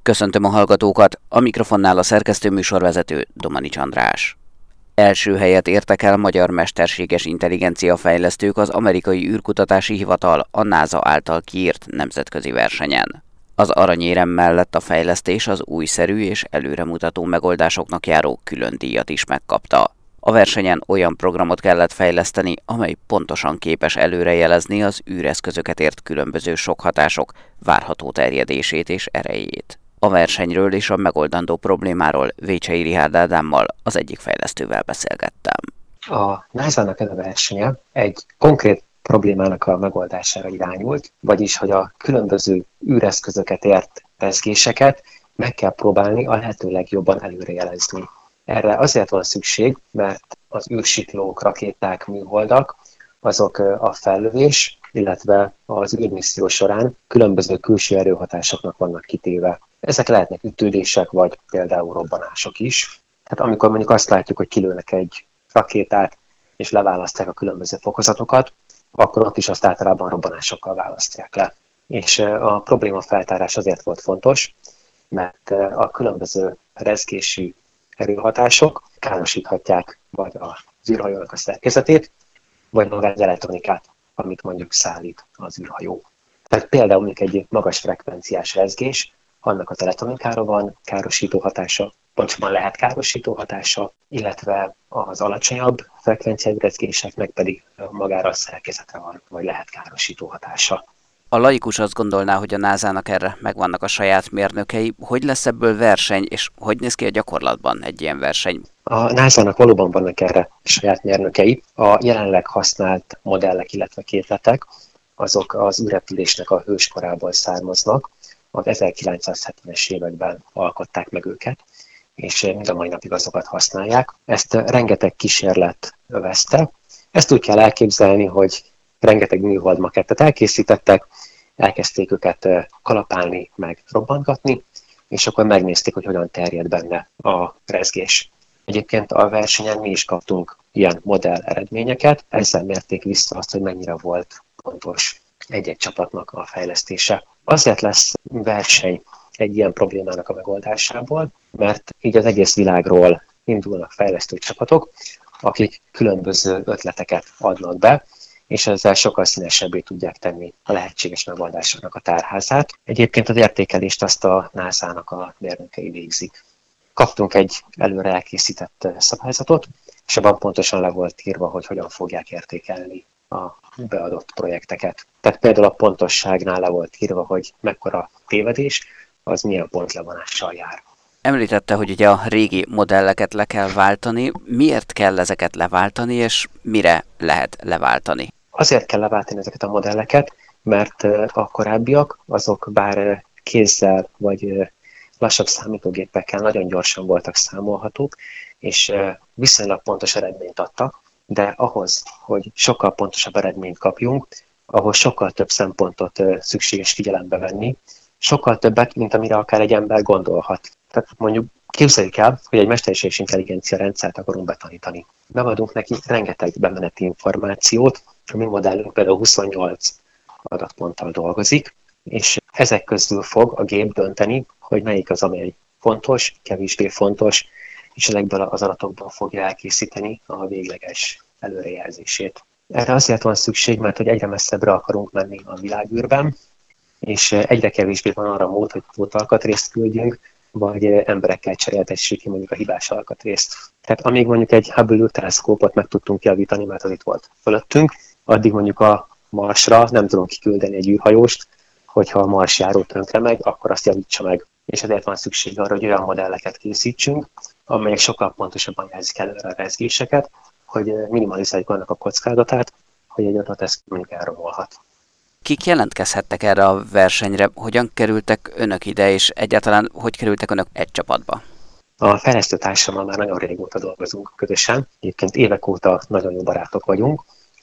Köszöntöm a hallgatókat, a mikrofonnál a szerkesztő műsorvezető Domanics András. Első helyet értek el magyar mesterséges intelligencia fejlesztők az amerikai űrkutatási hivatal, a NASA által kiírt nemzetközi versenyen. Az aranyérem mellett a fejlesztés az újszerű és előremutató megoldásoknak járó külön díjat is megkapta. A versenyen olyan programot kellett fejleszteni, amely pontosan képes előrejelezni az űreszközöket ért különböző sokhatások várható terjedését és erejét. A versenyről és a megoldandó problémáról Vécsei Richárd Ádámmal, az egyik fejlesztővel beszélgettem. A NASA-nak ez a versenye egy konkrét problémának a megoldására irányult, vagyis hogy a különböző űreszközöket ért rezgéseket meg kell próbálni a lehető legjobban előrejelezni. Erre azért van szükség, mert az űrsiklók, rakéták, műholdak, azok a fellövés, illetve az űrmisszió során különböző külső erőhatásoknak vannak kitéve. Ezek lehetnek ütődések, vagy például robbanások is. Tehát amikor mondjuk azt látjuk, hogy kilőnek egy rakétát, és leválasztják a különböző fokozatokat, akkor ott is azt általában robbanásokkal választják le. És a probléma feltárás azért volt fontos, mert a különböző rezgési erőhatások károsíthatják vagy az űrhajónak a szerkezetét, vagy magát az elektronikát, amit mondjuk szállít az űrhajó. Tehát például mondjuk egy magas frekvenciás rezgés, annak az elektronikára van károsító hatása, pontosabban lehet károsító hatása, illetve az alacsonyabb frekvenciájú rezgéseknek pedig magára a szerkezetre van, vagy lehet károsító hatása. A laikus azt gondolná, hogy a NASA-nak erre megvannak a saját mérnökei. Hogy lesz ebből verseny, és hogy néz ki a gyakorlatban egy ilyen verseny? A NASA-nak valóban vannak erre saját mérnökei. A jelenleg használt modellek, illetve képletek, azok az űrrepülésnek a hőskorából származnak. Az 1970-es években alkották meg őket, és mind a mai napig azokat használják. Ezt rengeteg kísérlet övezte. Ezt úgy kell elképzelni, hogy rengeteg műhold makettet elkészítettek, elkezdték őket kalapálni, meg robbantgatni, és akkor megnézték, hogy hogyan terjed benne a rezgés. Egyébként a versenyen mi is kaptunk ilyen modell eredményeket, ezzel mérték vissza azt, hogy mennyire volt pontos egy-egy csapatnak a fejlesztése. Azért lesz verseny egy ilyen problémának a megoldásából, mert így az egész világról indulnak fejlesztő csapatok, akik különböző ötleteket adnak be, és ezzel sokkal színesebbé tudják tenni a lehetséges megoldásoknak a tárházát. Egyébként az értékelést azt a NASA-nak a mérnökei végzik. Kaptunk egy előre elkészített szabályzatot, és abban pontosan le volt írva, hogy hogyan fogják értékelni a beadott projekteket. Tehát például a pontosságnál le volt írva, hogy mekkora tévedés, az milyen pontlevonással jár. Említette, hogy ugye a régi modelleket le kell váltani. Miért kell ezeket leváltani, és mire lehet leváltani? Azért kell leváltani ezeket a modelleket, mert a korábbiak, azok bár kézzel vagy lassabb számítógépekkel nagyon gyorsan voltak számolhatók, és viszonylag pontos eredményt adtak, de ahhoz, hogy sokkal pontosabb eredményt kapjunk, ahhoz sokkal több szempontot szükséges figyelembe venni, sokkal többet, mint amire akár egy ember gondolhat. Tehát mondjuk képzeljük el, hogy egy mesterséges intelligencia rendszert akarunk betanítani. Beadunk neki rengeteg bemeneti információt, a mi modellünk például 28 adatponttal dolgozik, és ezek közül fog a gép dönteni, hogy melyik az, amely fontos, kevésbé fontos, és ezekből az adatokból fogja elkészíteni a végleges előrejelzését. Erre azért van szükség, mert hogy egyre messzebbre akarunk menni a világűrben, és egyre kevésbé van arra mód, hogy pótalkatrészt küldjünk, vagy emberekkel cseréltessük ki mondjuk a hibás alkatrészt. Tehát amíg mondjuk egy Hubble teleszkópot meg tudtunk javítani, mert az itt volt fölöttünk, addig mondjuk a Marsra nem tudunk kiküldeni egy űrhajóst, hogyha a marsjáró tönkre megy, akkor azt javítsa meg. És ezért van szükség arra, hogy olyan modelleket készítsünk, amelyek sokkal pontosabban jelzik előre a rezgéseket, hogy minimalizáljuk annak a kockázatát, hogy egy adott eszköz mondjuk elromolhat. Kik jelentkezhettek erre a versenyre? Hogyan kerültek önök ide, és egyáltalán hogy kerültek önök egy csapatba? A fejlesztő társammal már nagyon régóta dolgozunk közösen. Egyébként évek óta nagyon jó barátok vagyunk.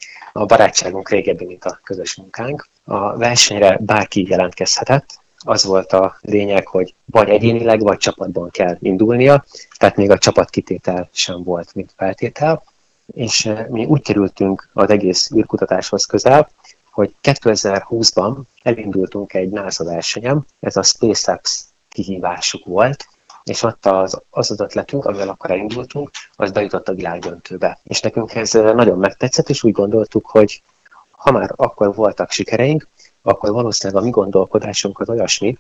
A barátságunk régebbi, mint a közös munkánk. A versenyre bárki jelentkezhetett. Az volt a lényeg, hogy vagy egyénileg, vagy csapatban kell indulnia. Tehát még a csapatkitétel sem volt, mint feltétel. És mi úgy kerültünk az egész űrkutatáshoz közel, hogy 2020-ban elindultunk egy NASA versenyem, ez a SpaceX kihívásuk volt, és ott az ötletünk, amivel akkor elindultunk, az bejutott a világdöntőbe. És nekünk ez nagyon megtetszett, és úgy gondoltuk, hogy ha már akkor voltak sikereink, akkor valószínűleg a mi gondolkodásunk az olyasmi,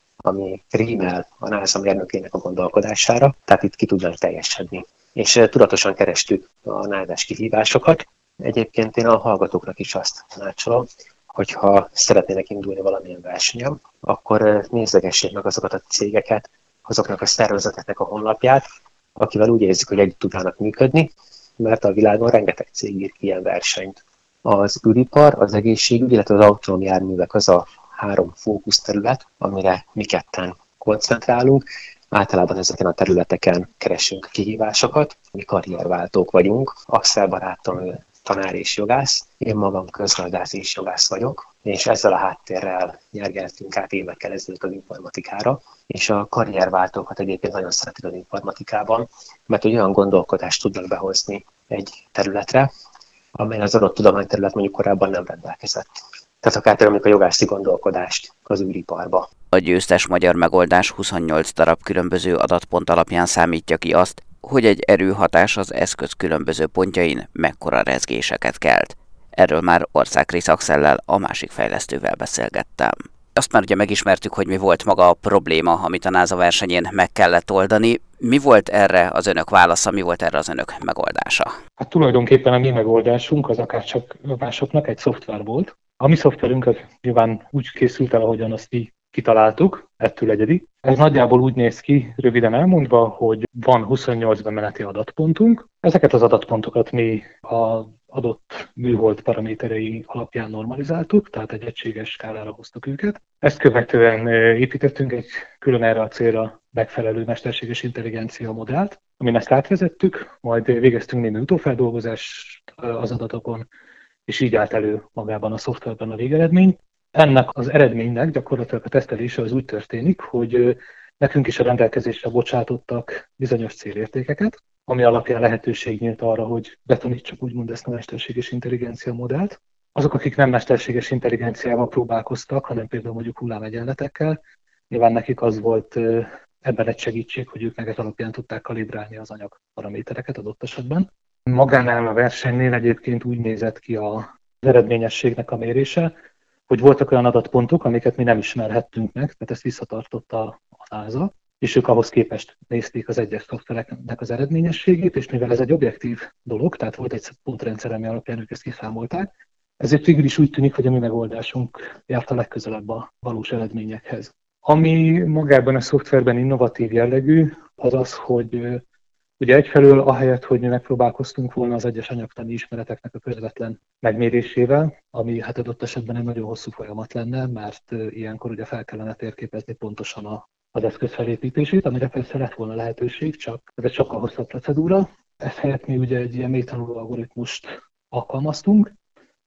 ami rímel a NASA mérnökének a gondolkodására, tehát itt ki tudnánk teljesedni. És tudatosan kerestük a NASA-s kihívásokat. Egyébként én a hallgatóknak is azt tanácsolom, hogyha szeretnének indulni valamilyen versenyen, akkor nézegessék meg azokat a cégeket, azoknak a szervezeteknek a honlapját, akivel úgy érzik, hogy együtt tudnának működni, mert a világon rengeteg cég ír ki ilyen versenyt. Az űripar, az egészségügy, illetve az autonóm járművek az a 3 fókuszterület, amire mi ketten koncentrálunk. Általában ezeken a területeken keresünk kihívásokat. Mi karrierváltók vagyunk. Axel barátom tanár és jogász, én magam közgazdász és jogász vagyok, és ezzel a háttérrel nyergeltünk át évekkel ezelőtt az informatikára, és a karrierváltókat egyébként nagyon szeretik az informatikában, mert olyan gondolkodást tudnak behozni egy területre, amely az adott tudományterület mondjuk korábban nem rendelkezett. Tehát akár mondjuk a jogászi gondolkodást az űriparba. A győztes magyar megoldás 28 darab különböző adatpont alapján számítja ki azt, hogy egy erőhatás az eszköz különböző pontjain mekkora rezgéseket kelt. Erről már Országrész Axellel, a másik fejlesztővel beszélgettem. Azt már ugye megismertük, hogy mi volt maga a probléma, amit a NASA versenyén meg kellett oldani. Mi volt erre az önök válasza, mi volt erre az önök megoldása? Hát tulajdonképpen a mi megoldásunk az akárcsak másoknak egy szoftver volt. A mi szoftverünk az nyilván úgy készült el, ahogyan azt mi kitaláltuk, ettől egyedi. Ez nagyjából úgy néz ki, röviden elmondva, hogy van 28 bemeneti adatpontunk. Ezeket az adatpontokat mi az adott műhold paraméterei alapján normalizáltuk, tehát egy egységes skálára hoztuk őket. Ezt követően építettünk egy külön erre a célra megfelelő mesterséges intelligencia modellt, amin ezt átvezettük, majd végeztünk némi utófeldolgozást az adatokon, és így állt elő magában a szoftverben a végeredmény. Ennek az eredménynek gyakorlatilag a tesztelése az úgy történik, hogy nekünk is a rendelkezésre bocsátottak bizonyos célértékeket, ami alapján lehetőség nyílt arra, hogy betanítsuk úgymond ezt a mesterséges intelligencia modellt. Azok, akik nem mesterséges intelligenciával próbálkoztak, hanem például mondjuk hullámegyenletekkel, nyilván nekik az volt ebben egy segítség, hogy ők meg ez alapján tudták kalibrálni az anyag paramétereket adott esetben. Magánál a versenynél egyébként úgy nézett ki az eredményességnek a mérése, hogy voltak olyan adatpontok, amiket mi nem ismerhettünk meg, tehát ezt visszatartotta a NASA, és ők ahhoz képest nézték az egyes szoftvereknek az eredményességét, és mivel ez egy objektív dolog, tehát volt egy pontrendszer, ami alapján ők ezt kiszámolták, ezért végül is úgy tűnik, hogy a mi megoldásunk járt a legközelebb a valós eredményekhez. Ami magában a szoftverben innovatív jellegű, az az, hogy ugye egyfelől ahelyett, hogy mi megpróbálkoztunk volna az egyes anyagtani ismereteknek a közvetlen megmérésével, ami hát adott esetben egy nagyon hosszú folyamat lenne, mert ilyenkor ugye fel kellene térképezni pontosan az eszköz felépítését, amire persze lett volna lehetőség, csak ez egy sokkal hosszabb procedúra. Ezt helyett mi ugye egy ilyen mélytanuló algoritmust alkalmaztunk,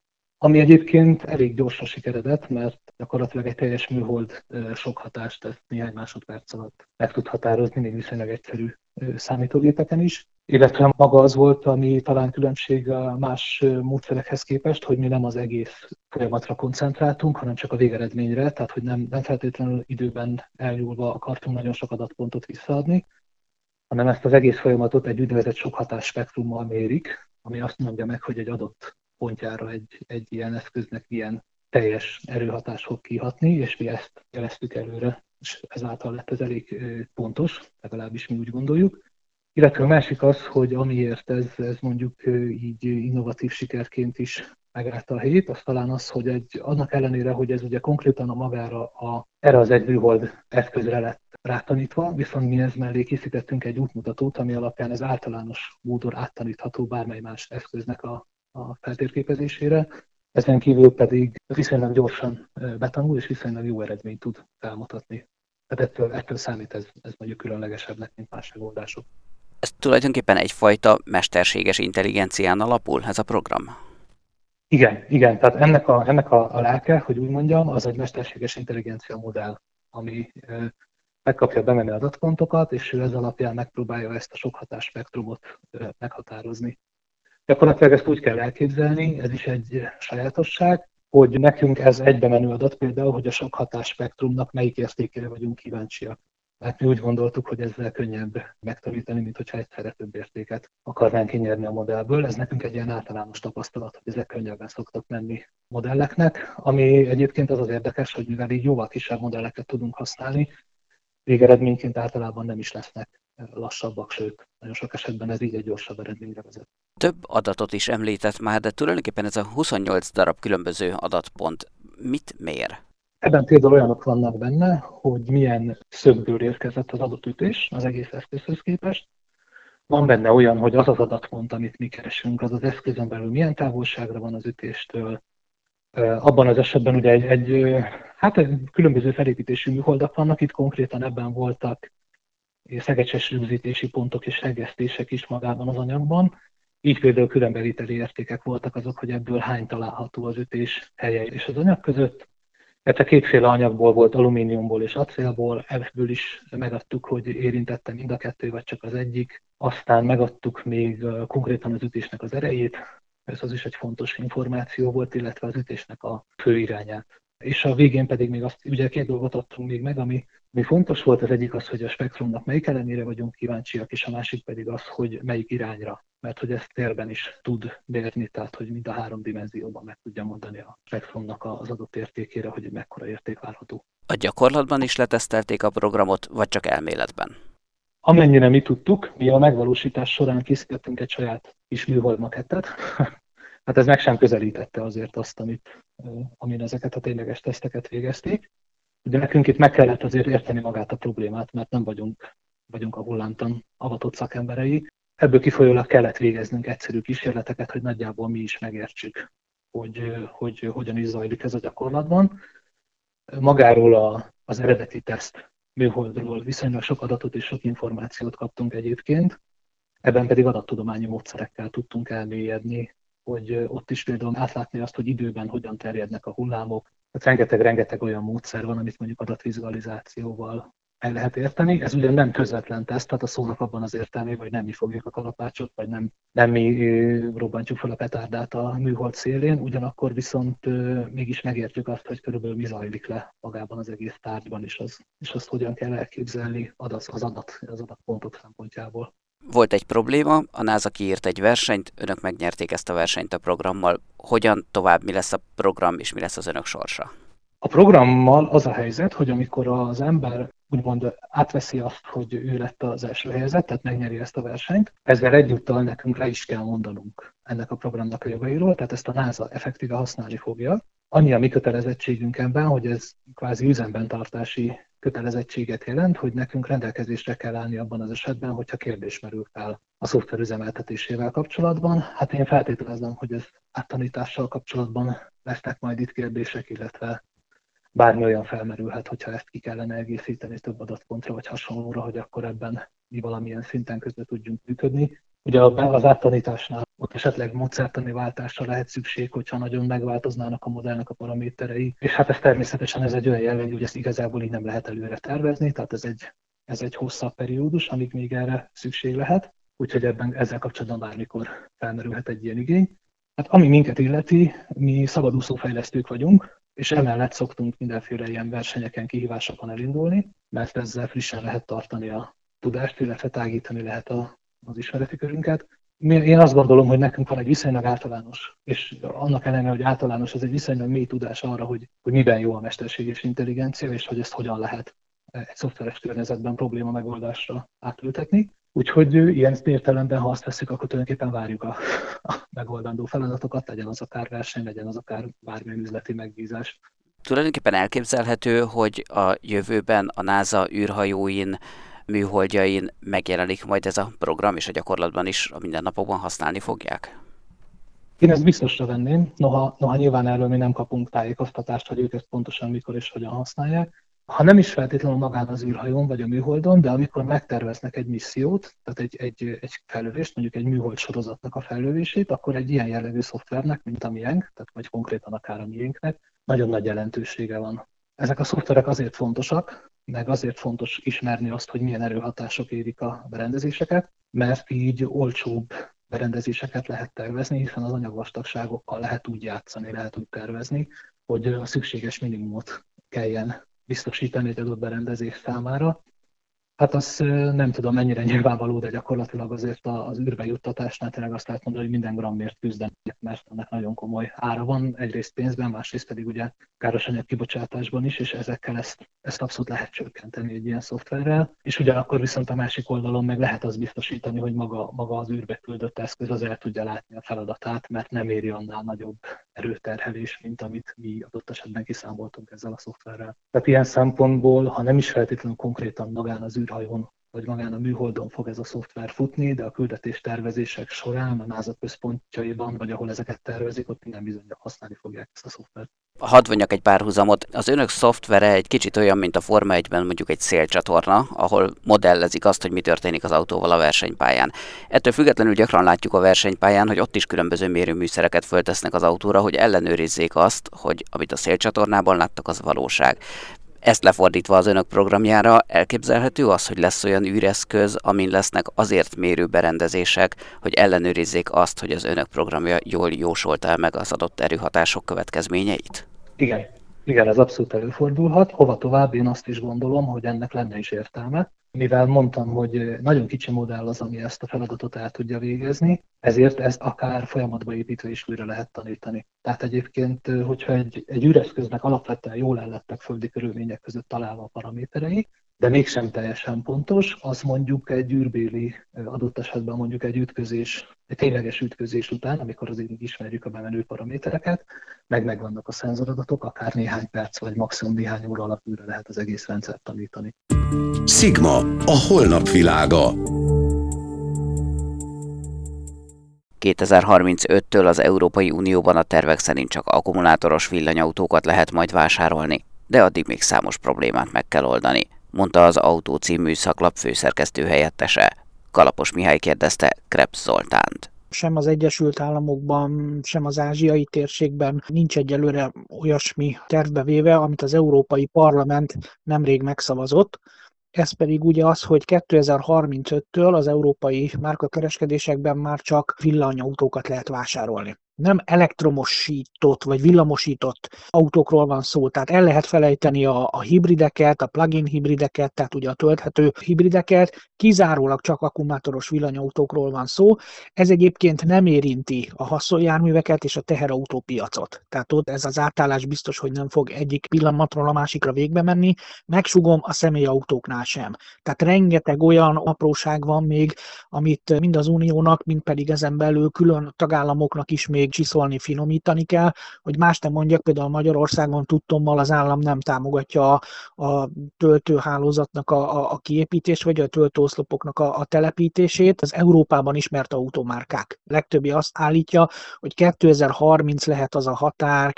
ami egyébként elég gyorsra sikeredett, mert gyakorlatilag egy teljes műhold sok hatást ezt néhány másodperc alatt meg tud határozni, még viszonylag egyszerű számítógépeken is. Illetve maga az volt, ami talán különbség a más módszerekhez képest, hogy mi nem az egész folyamatra koncentráltunk, hanem csak a végeredményre, tehát hogy nem feltétlenül időben elnyúlva akartunk nagyon sok adatpontot visszaadni, hanem ezt az egész folyamatot egy úgynevezett sokhatás spektrummal mérik, ami azt mondja meg, hogy egy adott pontjára egy ilyen eszköznek milyen teljes erőhatás fog kihatni, és mi ezt jeleztük előre, és ezáltal lett ez elég pontos, legalábbis mi úgy gondoljuk. Illetve a másik az, hogy amiért ez mondjuk így innovatív sikerként is megállta a helyét, az talán az, hogy annak ellenére, hogy ez ugye konkrétan a magára erre az egy műhold eszközre lett rátanítva, viszont mi ez mellé készítettünk egy útmutatót, ami alapján ez általános módon áttanítható bármely más eszköznek a feltérképezésére. Ezen kívül pedig viszonylag gyorsan betanul, és viszonylag jó eredményt tud felmutatni. Tehát ettől számít ez mondjuk különlegesebbnek, mint más megoldások. Ez tulajdonképpen egyfajta mesterséges intelligencián alapul, ez a program? Igen, tehát ennek a lelke, hogy úgy mondjam, az egy mesterséges intelligencia modell, ami megkapja a bemenő adatpontokat, és ő ez alapján megpróbálja ezt a sokhatás spektrumot meghatározni. Gyakorlatilag ezt úgy kell elképzelni, ez is egy sajátosság, hogy nekünk ez egybemenő adat például, hogy a sokhatás spektrumnak melyik értékére vagyunk kíváncsiak. Mert mi úgy gondoltuk, hogy ezzel könnyebb megtanítani, mint hogyha egyszerre több értéket akarnánk kinyerni a modellből. Ez nekünk egy ilyen általános tapasztalat, hogy ezek könnyebben szoktak menni modelleknek, ami egyébként az érdekes, hogy mivel így jóval kisebb modelleket tudunk használni, végeredményként általában nem is lesznek lassabbak, sőt, nagyon sok esetben ez így egy gyorsabb eredményre vezet. Több adatot is említett már, de tulajdonképpen ez a 28 darab különböző adatpont mit mér? Ebben például olyanok vannak benne, hogy milyen szögből érkezett az adott ütés az egész eszközhöz képest. Van benne olyan, hogy az az adatpont, amit mi keresünk, az az eszközön belül milyen távolságra van az ütéstől. Abban az esetben ugye egy különböző felépítésű műholdak vannak, itt konkrétan ebben voltak szegecses rögzítési pontok és hegesztések is magában az anyagban. Így például különbeviteli értékek voltak azok, hogy ebből hány található az ütés helye és az anyag között. Tehát kétféle anyagból volt, alumíniumból és acélból, ebből is megadtuk, hogy érintette mind a kettő, vagy csak az egyik. Aztán megadtuk még konkrétan az ütésnek az erejét, ez az is egy fontos információ volt, illetve az ütésnek a fő irányát. És a végén pedig még azt, ugye két dolgot adtunk még meg, ami fontos volt, az egyik az, hogy a spektrumnak melyik elemére vagyunk kíváncsiak, és a másik pedig az, hogy melyik irányra, mert hogy ezt térben is tud mérni, tehát hogy mind a 3 dimenzióban meg tudja mondani a spektrumnak az adott értékére, hogy mekkora érték várható. A gyakorlatban is letesztelték a programot, vagy csak elméletben? Amennyire mi tudtuk, mi a megvalósítás során készítettünk egy saját kis műhold makettet. Hát ez meg sem közelítette azért azt, amin ezeket a tényleges teszteket végezték. De nekünk itt meg kellett azért érteni magát a problémát, mert nem vagyunk a hullámtan avatott szakemberei. Ebből kifolyólag kellett végeznünk egyszerű kísérleteket, hogy nagyjából mi is megértsük, hogy hogyan is zajlik ez a gyakorlatban. Magáról az eredeti teszt műholdról viszonylag sok adatot és sok információt kaptunk egyébként, ebben pedig adattudományi módszerekkel tudtunk elmélyedni, hogy ott is például átlátni azt, hogy időben hogyan terjednek a hullámok. Tehát rengeteg olyan módszer van, amit mondjuk adatvizualizációval el lehet érteni. Ez ugyan nem közvetlen teszt, tehát a szónak abban az értelmében, hogy nem mi fogjuk a kalapácsot, vagy nem mi robbantjuk fel a petárdát a műhold szélén, ugyanakkor viszont mégis megértjük azt, hogy körülbelül mi zajlik le magában az egész tárgyban, és azt hogyan kell elképzelni az adatpontok szempontjából. Volt egy probléma, a NASA kiírt egy versenyt, önök megnyerték ezt a versenyt a programmal. Hogyan tovább, mi lesz a program és mi lesz az önök sorsa? A programmal az a helyzet, hogy amikor az ember úgymond átveszi azt, hogy ő lett az első helyezett, tehát megnyeri ezt a versenyt, ezzel egyúttal nekünk le is kell mondanunk ennek a programnak a jogairól, tehát ezt a NASA effektíve használni fogja. Annyi a mi kötelezettségünk ebben, hogy ez kvázi üzemben tartási kötelezettséget jelent, hogy nekünk rendelkezésre kell állni abban az esetben, hogyha kérdés merül fel a szoftver üzemeltetésével kapcsolatban. Hát én feltételezem, hogy ez áttanítással kapcsolatban lesznek majd itt kérdések, illetve bármi olyan felmerülhet, hogyha ezt ki kellene egészíteni több adatpontra vagy hasonlóra, hogy akkor ebben mi valamilyen szinten között tudjunk működni. Ugye az áttanításnál ott esetleg módszertani váltásra lehet szükség, hogyha nagyon megváltoznának a modellnek a paraméterei. És hát ez természetesen ez egy olyan jellegű, hogy ezt igazából így nem lehet előre tervezni, tehát ez egy hosszabb periódus, amíg még erre szükség lehet. Úgyhogy ezzel kapcsolatban bármikor felmerülhet egy ilyen igény. Hát ami minket illeti, mi szabadúszó fejlesztők vagyunk, és emellett szoktunk mindenféle ilyen versenyeken, kihívásokon elindulni, mert ezzel frissen lehet tartani a tudást, illetve tágítani lehet az ismereti körünket. Én azt gondolom, hogy nekünk van egy viszonylag általános, és annak ellenére, hogy általános, ez egy viszonylag mély tudás arra, hogy miben jó a mesterséges intelligencia, és hogy ezt hogyan lehet egy szoftveres környezetben probléma megoldásra átültetni. Úgyhogy ilyen értelemben, ha azt veszik, akkor tulajdonképpen várjuk a megoldandó feladatokat, legyen az akár verseny, legyen az akár bármilyen üzleti megbízás. Tulajdonképpen elképzelhető, hogy a jövőben a NASA űrhajóin, műholdjain megjelenik majd ez a program, és a gyakorlatban is a mindennapokban használni fogják? Én ezt biztosra venném, noha nyilván erről mi nem kapunk tájékoztatást, hogy ők ezt pontosan mikor és hogyan használják. Ha nem is feltétlenül magán az űrhajón vagy a műholdon, de amikor megterveznek egy missziót, tehát egy fellövést, mondjuk egy műhold sorozatnak a fellövését, akkor egy ilyen jellegű szoftvernek, mint a miénk, tehát vagy konkrétan akár a miénknek, nagyon nagy jelentősége van. Ezek a szoftverek azért fontosak, meg azért fontos ismerni azt, hogy milyen erőhatások érik a berendezéseket, mert így olcsóbb berendezéseket lehet tervezni, hiszen az anyagvastagságokkal lehet úgy játszani, lehet úgy tervezni, hogy a szükséges minimumot kelljen biztosítani egy adott berendezés számára. Hát azt nem tudom mennyire nyilvánvaló, de gyakorlatilag azért az űrbe juttatásnál tényleg azt lehet mondani, hogy minden grammért küzdenek, mert ennek nagyon komoly ára van, egyrészt pénzben, másrészt pedig ugye károsanyag kibocsátásban is, és ezekkel ezt abszolút lehet csökkenteni egy ilyen szoftverrel. És ugyanakkor viszont a másik oldalon meg lehet azt biztosítani, hogy maga az űrbe küldött eszköz az el tudja látni a feladatát, mert nem éri annál nagyobb erőterhelés, mint amit mi adott esetben kiszámoltunk ezzel a szoftverrel. Tehát ilyen szempontból, ha nem is feltétlenül konkrétan magán az űrhajón vagy magán a műholdon fog ez a szoftver futni, de a küldetés tervezések során a NASA központjaiban, vagy ahol ezeket tervezik, ott minden bizonnyal használni fogják ezt a szoftvert. Hadd vonjak egy párhuzamot. Az önök szoftvere egy kicsit olyan, mint a Forma 1-ben mondjuk egy szélcsatorna, ahol modellezik azt, hogy mi történik az autóval a versenypályán. Ettől függetlenül gyakran látjuk a versenypályán, hogy ott is különböző mérőműszereket föltesznek az autóra, hogy ellenőrizzék azt, hogy amit a szélcsatornában láttak, az valóság. Ezt lefordítva az önök programjára, elképzelhető az, hogy lesz olyan űreszköz, amin lesznek azért mérőberendezések, hogy ellenőrizzék azt, hogy az önök programja jól jósolta el meg az adott erőhatások következményeit? Igen, ez abszolút előfordulhat. Hova tovább, én azt is gondolom, hogy ennek lenne is értelme. Mivel mondtam, hogy nagyon kicsi modell az, ami ezt a feladatot el tudja végezni, ezért ezt akár folyamatba építve is újra lehet tanítani. Tehát egyébként, hogyha egy űreszköznek alapvetően jól el lettek földi körülmények között találva a paraméterei, de mégsem teljesen pontos, az mondjuk egy űrbéli, adott esetben mondjuk egy tényleges ütközés után, amikor azért ismerjük a bemenő paramétereket, megvannak a szenzoradatok, akár néhány perc vagy maximum néhány óra alatt újra lehet az egész rendszert tanítani. Sigma, a holnap világa. 2035-től az Európai Unióban a tervek szerint csak akkumulátoros villanyautókat lehet majd vásárolni, de addig még számos problémát meg kell oldani, mondta az Autó című szaklap főszerkesztő helyettese. Kalapos Mihály kérdezte Krebs Zoltánt. Sem az Egyesült Államokban, sem az ázsiai térségben nincs egyelőre olyasmi tervbevéve, amit az Európai Parlament nemrég megszavazott. Ez pedig ugye az, hogy 2035-től az európai márkakereskedésekben már csak villanyautókat lehet vásárolni. Nem elektromosított vagy villamosított autókról van szó, tehát el lehet felejteni a hibrideket, a plug-in hibrideket, tehát ugye a tölthető hibrideket, kizárólag csak akkumulátoros villanyautókról van szó. Ez egyébként nem érinti a haszonjárműveket és a teherautópiacot. Tehát ott ez az átállás biztos, hogy nem fog egyik pillanatról a másikra végbe menni, megsugom, a személyautóknál sem. Tehát rengeteg olyan apróság van még, amit mind az Uniónak, mind pedig ezen belül külön tagállamoknak is még csiszolni, finomítani kell, hogy más nem mondjak, például Magyarországon tudtommal az állam nem támogatja a töltőhálózatnak a kiépítést, vagy a töltőoszlopoknak a telepítését. Az Európában ismert automárkák legtöbbje azt állítja, hogy 2030 lehet az a határ,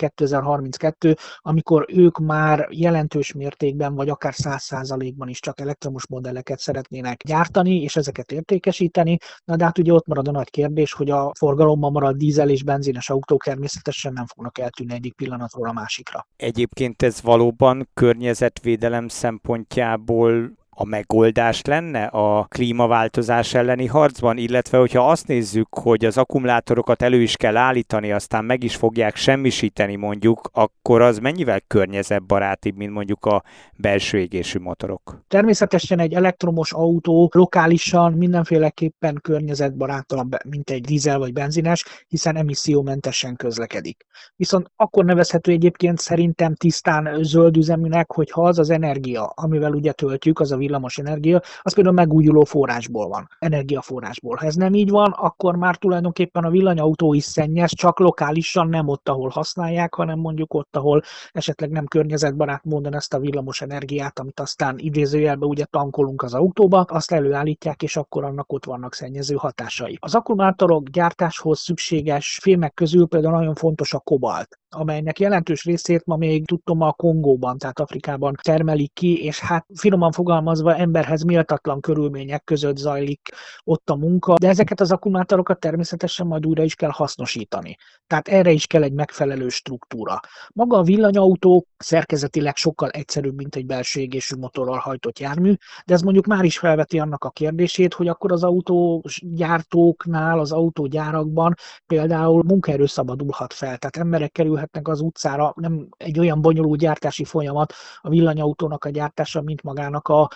2032, amikor ők már jelentős mértékben, vagy akár 100%-ban is csak elektromos modelleket szeretnének gyártani, és ezeket értékesíteni. Na de hát ugye ott marad a nagy kérdés, hogy a forgalomban marad dízel és benzines autók természetesen nem fognak eltűnni egyik pillanatról a másikra. Egyébként ez valóban környezetvédelem szempontjából a megoldás lenne a klímaváltozás elleni harcban, illetve hogyha azt nézzük, hogy az akkumulátorokat elő is kell állítani, aztán meg is fogják semmisíteni mondjuk, akkor az mennyivel környezetbarátibb, mint mondjuk a belső égésű motorok? Természetesen egy elektromos autó lokálisan mindenféleképpen környezetbarátabb, mint egy dízel vagy benzines, hiszen emissziómentesen közlekedik. Viszont akkor nevezhető egyébként szerintem tisztán zöld üzeműnek, hogyha az az energia, amivel ugye töltjük, az a villamos energia, az például megújuló forrásból van, energiaforrásból. Ha ez nem így van, akkor már tulajdonképpen a villanyautó is szennyez, csak lokálisan, nem ott, ahol használják, hanem mondjuk ott, ahol esetleg nem környezetbarát módon ezt a villamos energiát, amit aztán idézőjelben ugye tankolunk az autóba, azt előállítják, és akkor annak ott vannak szennyező hatásai. Az akkumulátorok gyártáshoz szükséges fémek közül például nagyon fontos a kobalt, amelynek jelentős részét ma még tudtommal Kongóban, tehát Afrikában termelik ki, és hát finoman fogalmazva emberhez méltatlan körülmények között zajlik ott a munka, de ezeket az akkumulátorokat természetesen majd újra is kell hasznosítani. Tehát erre is kell egy megfelelő struktúra. Maga a villanyautó szerkezetileg sokkal egyszerűbb, mint egy belső égésű motorral hajtott jármű, de ez mondjuk már is felveti annak a kérdését, hogy akkor az autógyártóknál, az autógyárakban például munkaerő szabadulhat fel, tehát emberek kerülhetnek az utcára, nem egy olyan bonyolult gyártási folyamat a villanyautónak a gyártása, mint magának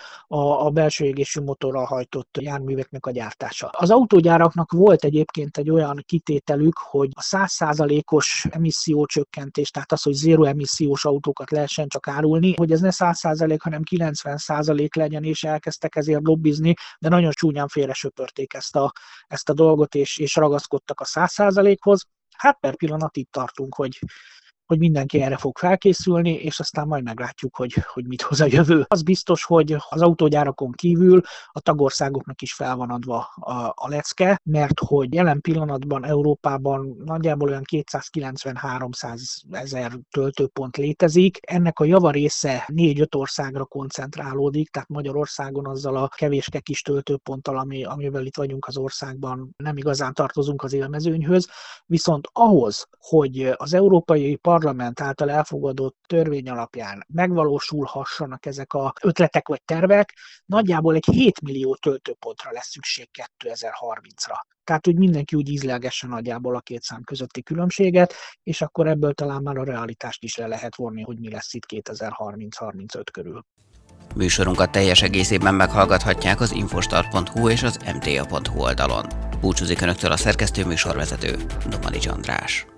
a belső égésű motorral hajtott járműveknek a gyártása. Az autógyáraknak volt egyébként egy olyan kitételük, hogy a 100%-os emissziócsökkentés, tehát az, hogy zéro emissziós autókat lehessen csak árulni, hogy ez ne 100%, hanem 90% legyen, és elkezdtek ezért lobbizni, de nagyon csúnyán félresöpörték ezt a dolgot, és ragaszkodtak a 100%-hoz. Hát per pillanat itt tartunk, hogy mindenki erre fog felkészülni, és aztán majd meglátjuk, hogy mit hoz a jövő. Az biztos, hogy az autógyárakon kívül a tagországoknak is fel van adva a lecke, mert hogy jelen pillanatban Európában nagyjából olyan 290-300 ezer töltőpont létezik. Ennek a javarésze 4-5 országra koncentrálódik, tehát Magyarországon azzal a kevéske kis töltőponttal, amivel itt vagyunk az országban, nem igazán tartozunk az élmezőnyhöz, viszont ahhoz, hogy az Európai Parlament által elfogadott törvény alapján megvalósulhassanak ezek az ötletek vagy tervek, nagyjából egy 7 millió töltőpontra lesz szükség 2030-ra. Tehát úgy mindenki úgy ízlelgesse nagyjából a két szám közötti különbséget, és akkor ebből talán már a realitást is le lehet vonni, hogy mi lesz itt 2030-35 körül. Műsorunkat teljes egészében meghallgathatják az infostart.hu és az mta.hu oldalon. Búcsúzik Önöktől a szerkesztő műsorvezető, Domanics András.